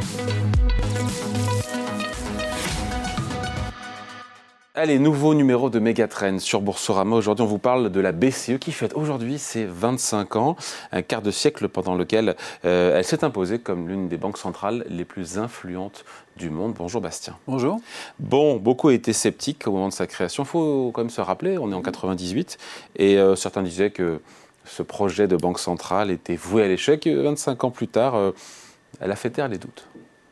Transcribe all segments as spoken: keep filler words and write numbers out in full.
Allez, nouveau numéro de Mégatrend sur Boursorama. Aujourd'hui, on vous parle de la B C E qui fête aujourd'hui ses vingt-cinq ans, un quart de siècle pendant lequel euh, elle s'est imposée comme l'une des banques centrales les plus influentes du monde. Bonjour Bastien. Bonjour. Bon, beaucoup étaient sceptiques au moment de sa création. Il faut quand même se rappeler, on est en quatre-vingt-dix-huit et euh, certains disaient que ce projet de banque centrale était voué à l'échec. vingt-cinq ans plus tard, euh, elle a fait taire les doutes.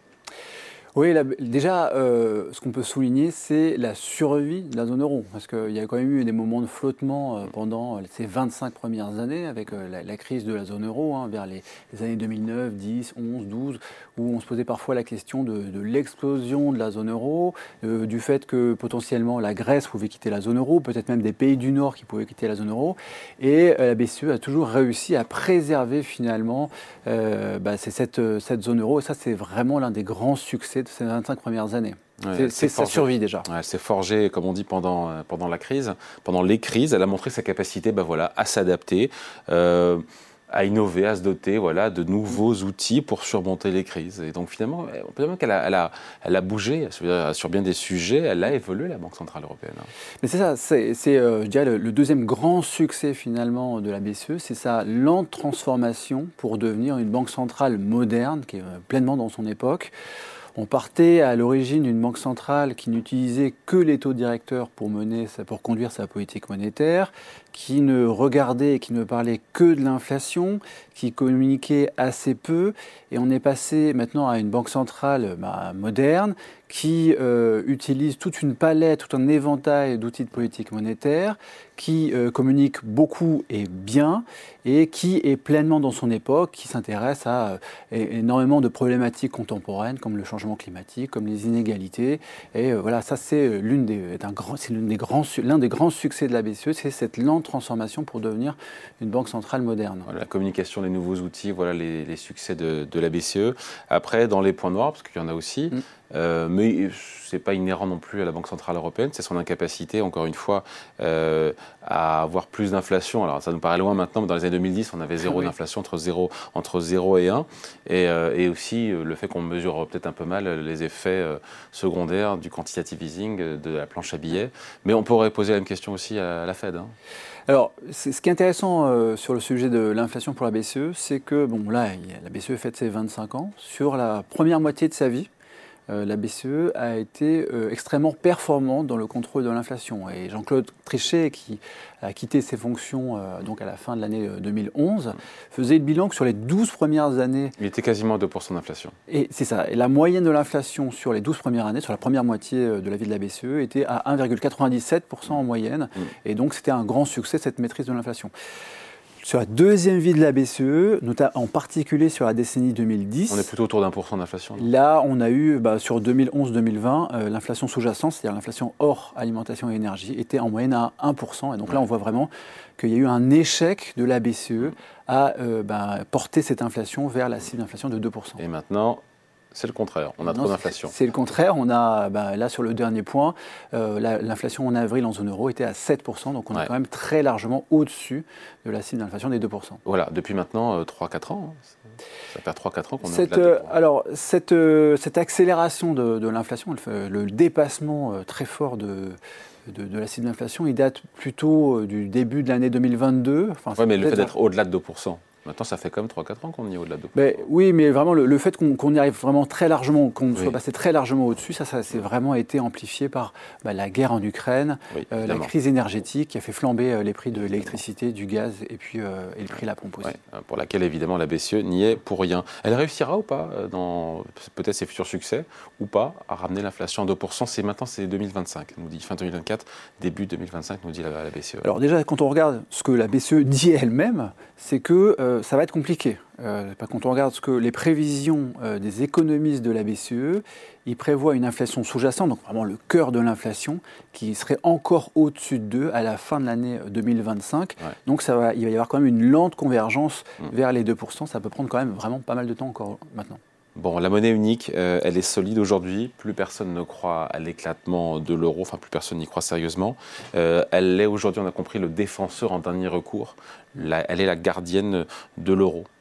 Oui, là, déjà, euh, ce qu'on peut souligner, c'est la survie de la zone euro. Parce qu'il y a quand même eu des moments de flottement euh, pendant ces vingt-cinq premières années, avec euh, la, la crise de la zone euro, hein, vers les, les années deux mille neuf, dix, onze, douze, où on se posait parfois la question de, de l'explosion de la zone euro, euh, du fait que potentiellement la Grèce pouvait quitter la zone euro, peut-être même des pays du Nord qui pouvaient quitter la zone euro. Et euh, la B C E a toujours réussi à préserver finalement euh, bah, c'est cette, cette zone euro. Et ça, c'est vraiment l'un des grands succès de ces vingt-cinq premières années. Ouais, c'est c'est sa survie déjà. Ouais, elle s'est forgée, comme on dit, pendant, pendant la crise, pendant les crises. Elle a montré sa capacité ben voilà, à s'adapter, euh, à innover, à se doter voilà, de nouveaux outils pour surmonter les crises. Et donc finalement, on peut dire qu'elle a, elle a, elle a bougé sur, sur bien des sujets, elle a évolué, la Banque Centrale Européenne. Mais c'est ça, c'est, c'est euh, je dirais, le, le deuxième grand succès finalement de la B C E, c'est sa lente transformation pour devenir une banque centrale moderne, qui est pleinement dans son époque. On partait à l'origine d'une banque centrale qui n'utilisait que les taux directeurs pour, mener, pour conduire sa politique monétaire, qui ne regardait et qui ne parlait que de l'inflation, qui communiquait assez peu. Et on est passé maintenant à une banque centrale bah, moderne qui euh, utilise toute une palette, tout un éventail d'outils de politique monétaire, qui euh, communique beaucoup et bien, et qui est pleinement dans son époque, qui s'intéresse à euh, énormément de problématiques contemporaines, comme le changement climatique, comme les inégalités. Et euh, voilà, ça c'est, l'une des, un grand, c'est l'une des grands, l'un des grands succès de la B C E, c'est cette lente transformation pour devenir une banque centrale moderne. Voilà, la communication, les nouveaux outils, voilà les, les succès de, de la B C E. Après, dans les points noirs, parce qu'il y en a aussi, mmh. Euh, mais ce n'est pas inhérent non plus à la Banque Centrale Européenne, c'est son incapacité, encore une fois, euh, à avoir plus d'inflation. Alors ça nous paraît loin maintenant, mais dans les années deux mille dix, on avait zéro oui. d'inflation, entre zéro, entre zéro et un. Et, euh, et aussi euh, le fait qu'on mesure peut-être un peu mal les effets euh, secondaires du quantitative easing, de la planche à billets. Mais on pourrait poser la même question aussi à la Fed. Hein. Alors, c'est, ce qui est intéressant euh, sur le sujet de l'inflation pour la B C E, c'est que, bon, là, la B C E fête ses vingt-cinq ans. Sur la première moitié de sa vie, Euh, la B C E a été euh, extrêmement performante dans le contrôle de l'inflation. Et Jean-Claude Trichet, qui a quitté ses fonctions euh, donc à la fin de l'année deux mille onze, faisait le bilan que sur les douze premières années... Il était quasiment à deux pour cent d'inflation. Et c'est ça. Et la moyenne de l'inflation sur les douze premières années, sur la première moitié de la vie de la B C E, était à un virgule quatre-vingt-dix-sept pour cent en moyenne. Mmh. Et donc, c'était un grand succès, cette maîtrise de l'inflation. Sur la deuxième vie de la B C E, notamment en particulier sur la décennie deux mille dix. On est plutôt autour d'un pour cent d'inflation. Là, on a eu, bah, sur deux mille onze deux mille vingt, euh, l'inflation sous-jacente, c'est-à-dire l'inflation hors alimentation et énergie, était en moyenne à un pour cent. Et donc ouais. là, on voit vraiment qu'il y a eu un échec de la B C E à euh, bah, porter cette inflation vers la cible d'inflation de deux pour cent. Et maintenant, c'est le contraire, on a non, trop d'inflation. C'est le contraire, on a, bah, là sur le dernier point, euh, la, l'inflation en avril en zone euro était à sept pour cent, donc on ouais. est quand même très largement au-dessus de la cible d'inflation des deux pour cent. Voilà, depuis maintenant euh, trois à quatre ans, ça fait trois à quatre ans qu'on cette, est au-delà de... Alors, cette, euh, cette accélération de, de l'inflation, le, le dépassement euh, très fort de... De, de la cible d'inflation, il date plutôt du début de l'année deux mille vingt-deux. Enfin, oui, mais le fait d'être à... au-delà de deux pour cent, maintenant ça fait quand même trois à quatre ans qu'on y est au-delà de deux pour cent. Mais, oui, mais vraiment le, le fait qu'on, qu'on y arrive vraiment très largement, qu'on oui. soit passé très largement au-dessus, ça, ça s'est oui. vraiment été amplifié par bah, la guerre en Ukraine, oui, euh, la crise énergétique qui a fait flamber euh, les prix de l'électricité, du gaz et puis euh, et le prix de la pompe aussi. Oui, pour laquelle évidemment la B C E n'y est pour rien. Elle réussira ou pas, dans peut-être ses futurs succès, ou pas, à ramener l'inflation à deux pour cent. C'est maintenant, c'est deux mille vingt-cinq, nous dit fin deux mille vingt-quatre, début deux mille vingt-cinq, nous dit la, la B C E. Alors déjà, quand on regarde ce que la B C E dit elle-même, c'est que euh, ça va être compliqué. Euh, quand on regarde ce que les prévisions euh, des économistes de la B C E, ils prévoient une inflation sous-jacente, donc vraiment le cœur de l'inflation, qui serait encore au-dessus de deux à la fin de l'année deux mille vingt-cinq. Ouais. Donc ça va, il va y avoir quand même une lente convergence mmh. vers les deux pour cent. Ça peut prendre quand même vraiment pas mal de temps encore maintenant. Bon, la monnaie unique, euh, elle est solide aujourd'hui. Plus personne ne croit à l'éclatement de l'euro. Enfin, plus personne n'y croit sérieusement. Euh, elle est aujourd'hui, on a compris, le défenseur en dernier recours. La, elle est la gardienne de l'euro.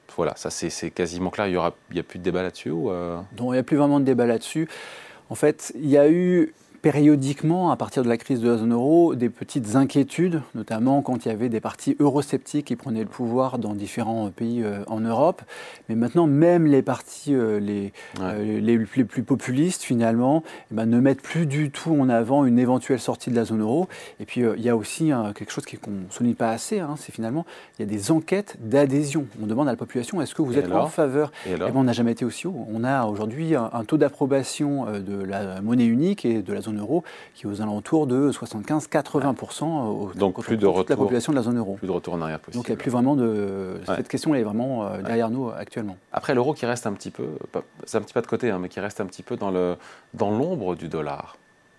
voilà, ça c'est quasiment clair, il n'y a plus de débat là-dessus ou euh... Non, il n'y a plus vraiment de débat là-dessus. En fait, il y a eu périodiquement, à partir de la crise de la zone euro, des petites inquiétudes, notamment quand il y avait des partis eurosceptiques qui prenaient le pouvoir dans différents pays euh, en Europe. Mais maintenant, même les partis euh, les, ouais. euh, les, les plus populistes, finalement, eh ben, ne mettent plus du tout en avant une éventuelle sortie de la zone euro. Et puis, euh, il y a aussi euh, quelque chose qu'on ne souligne pas assez, hein, c'est finalement, il y a des enquêtes d'adhésion. On demande à la population, est-ce que vous Et êtes alors en faveur ? Et alors eh ben, on n'a jamais été aussi haut. On a aujourd'hui un, un taux d'approbation euh, de la monnaie unique et de la zone euro qui est aux alentours de soixante-quinze à quatre-vingts pour cent donc plus de retour, la population de la zone euro. Plus de retour en arrière possible. Donc il n'y a plus vraiment de... Ouais. Cette question elle est vraiment euh, derrière ouais. nous actuellement. Après l'euro qui reste un petit peu, c'est un petit pas de côté, hein, mais qui reste un petit peu dans le dans l'ombre du dollar.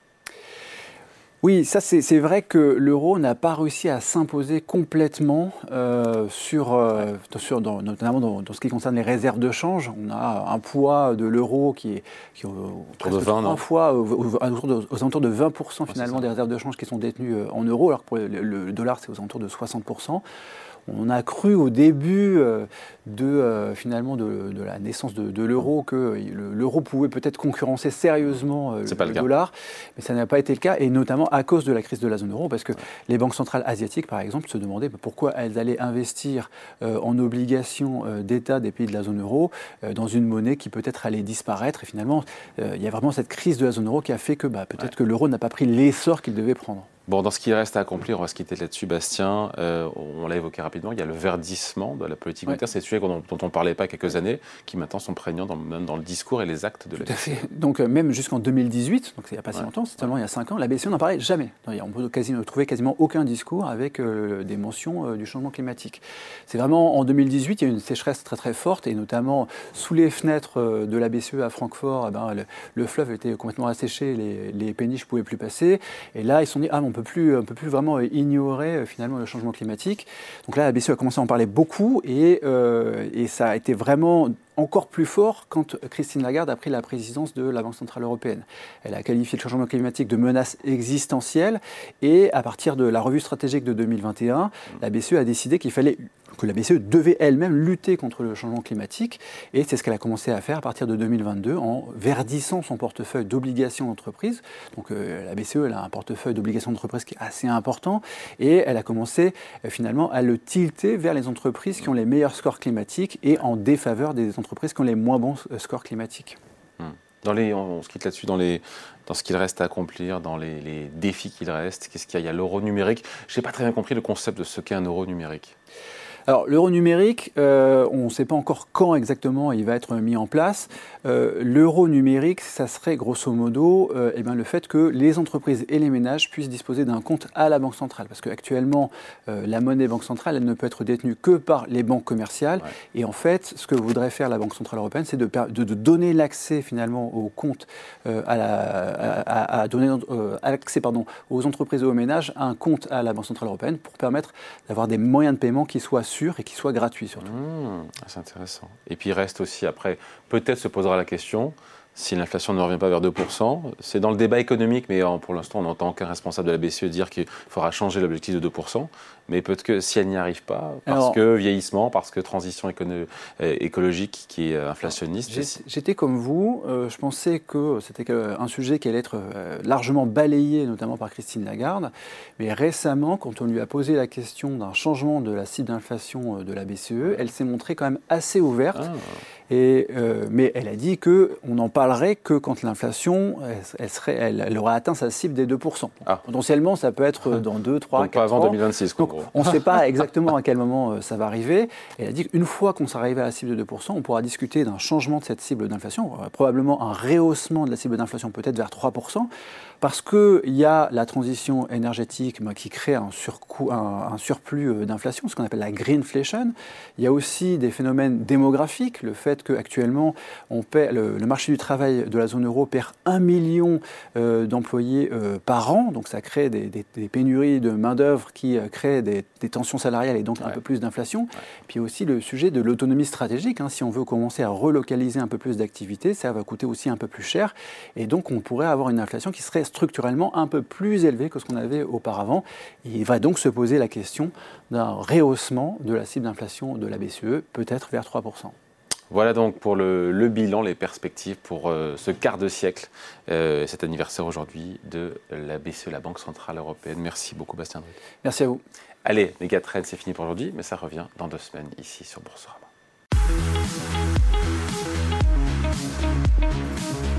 Oui, ça c'est vrai que l'euro n'a pas réussi à s'imposer complètement euh, sur, euh, sur dans, notamment dans, dans ce qui concerne les réserves de change. On a un poids de l'euro qui est, qui est presque de vingt, trois fois aux, aux, aux alentours de vingt pour cent finalement ouais, des réserves de change qui sont détenues en euros, alors que pour le, le dollar c'est aux alentours de soixante pour cent. On a cru au début euh, de, euh, finalement de, de la naissance de, de l'euro que l'euro pouvait peut-être concurrencer sérieusement euh, le, le dollar, mais ça n'a pas été le cas, et notamment à cause de la crise de la zone euro, parce que ouais. les banques centrales asiatiques, par exemple, se demandaient pourquoi elles allaient investir euh, en obligations euh, d'État des pays de la zone euro euh, dans une monnaie qui peut-être allait disparaître. Et finalement, euh, il y a vraiment cette crise de la zone euro qui a fait que bah, peut-être ouais. que l'euro n'a pas pris l'essor qu'il devait prendre. Bon, dans ce qui reste à accomplir, on va se quitter là-dessus, Bastien. Euh, on l'a évoqué rapidement, il y a le verdissement de la politique monétaire. Ouais. C'est des sujets dont, dont on ne parlait pas quelques années, qui maintenant sont prégnants dans, même dans le discours et les actes de la Tout à fait. Donc, euh, même jusqu'en deux mille dix-huit, donc il n'y a pas si ouais. longtemps, c'est seulement il y a cinq ans, la B C E n'en parlait jamais. On peut quasiment, trouver quasiment aucun discours avec euh, des mentions euh, du changement climatique. C'est vraiment en deux mille dix-huit, il y a eu une sécheresse très très forte, et notamment sous les fenêtres euh, de la B C E à Francfort, eh ben, le, le fleuve était complètement asséché, les, les péniches ne pouvaient plus passer. Et là, ils se sont dit, ah, on ne peut plus, on peut plus vraiment ignorer finalement le changement climatique. Donc là, la B C E a commencé à en parler beaucoup, et, euh, et ça a été vraiment encore plus fort quand Christine Lagarde a pris la présidence de la Banque Centrale Européenne. Elle a qualifié le changement climatique de menace existentielle, et à partir de la revue stratégique de deux mille vingt et un, la B C E a décidé qu'il fallait que la B C E devait elle-même lutter contre le changement climatique, et c'est ce qu'elle a commencé à faire à partir de deux mille vingt-deux en verdissant son portefeuille d'obligations d'entreprise. Donc euh, la B C E elle a un portefeuille d'obligations d'entreprise qui est assez important, et elle a commencé euh, finalement à le tilter vers les entreprises qui ont les meilleurs scores climatiques et en défaveur des entreprises qui ont les moins bons scores climatiques. Dans les, on se quitte là-dessus, dans, les, dans ce qu'il reste à accomplir, dans les, les défis qu'il reste, qu'est-ce qu'il y a ? Il y a l'euro numérique. Je n'ai pas très bien compris le concept de ce qu'est un euro numérique. Alors, l'euro numérique, euh, on ne sait pas encore quand exactement il va être mis en place. Euh, l'euro numérique, ça serait grosso modo euh, eh bien, le fait que les entreprises et les ménages puissent disposer d'un compte à la Banque centrale. Parce qu'actuellement, euh, la monnaie Banque centrale, elle ne peut être détenue que par les banques commerciales. Ouais. Et en fait, ce que voudrait faire la Banque centrale européenne, c'est de, de, de donner l'accès finalement au compte, euh, à, la, à, à, à donner euh, accès pardon, aux entreprises et aux ménages un compte à la Banque centrale européenne pour permettre d'avoir des moyens de paiement qui soient sûrs et qui soit gratuit surtout. Mmh, c'est intéressant. Et puis il reste aussi après, peut-être se posera la question, si l'inflation ne revient pas vers deux pour cent, c'est dans le débat économique, mais pour l'instant on n'entend aucun responsable de la B C E dire qu'il faudra changer l'objectif de deux pour cent, mais peut-être que si elle n'y arrive pas, parce alors, que vieillissement, parce que transition écono- écologique qui est inflationniste. J'étais comme vous, euh, je pensais que c'était un sujet qui allait être euh, largement balayé, notamment par Christine Lagarde, mais récemment, quand on lui a posé la question d'un changement de la cible d'inflation de la B C E, elle s'est montrée quand même assez ouverte. Ah. Et, euh, mais elle a dit qu'on n'en parlerait que quand l'inflation, elle, elle, serait, elle, elle aurait atteint sa cible des deux pour cent. Ah. Potentiellement, ça peut être dans deux, trois, quatre ans. Pas avant deux mille vingt-six, quoi. Donc, on ne sait pas exactement à quel moment euh, ça va arriver. Et elle a dit qu'une fois qu'on sera arrivé à la cible de deux pour cent, on pourra discuter d'un changement de cette cible d'inflation, euh, probablement un rehaussement de la cible d'inflation peut-être vers trois pour cent, parce qu'il y a la transition énergétique bah, qui crée un, surcoût, un, un surplus d'inflation, ce qu'on appelle la greenflation. Il y a aussi des phénomènes démographiques, le fait fait qu'actuellement, on paie, le, le marché du travail de la zone euro perd un million euh, d'employés euh, par an. Donc ça crée des, des, des pénuries de main-d'œuvre qui euh, créent des, des tensions salariales et donc ouais. un peu plus d'inflation. Ouais. Puis aussi le sujet de l'autonomie stratégique. Hein, si on veut commencer à relocaliser un peu plus d'activités, ça va coûter aussi un peu plus cher. Et donc on pourrait avoir une inflation qui serait structurellement un peu plus élevée que ce qu'on avait auparavant. Et il va donc se poser la question d'un rehaussement de la cible d'inflation de la B C E, peut-être vers trois pour cent. Voilà donc pour le, le bilan, les perspectives pour euh, ce quart de siècle, euh, cet anniversaire aujourd'hui de la B C E, la Banque Centrale Européenne. Merci beaucoup Bastien Drut. Merci à vous. Allez, Megatrend, c'est fini pour aujourd'hui, mais ça revient dans deux semaines ici sur Boursorama.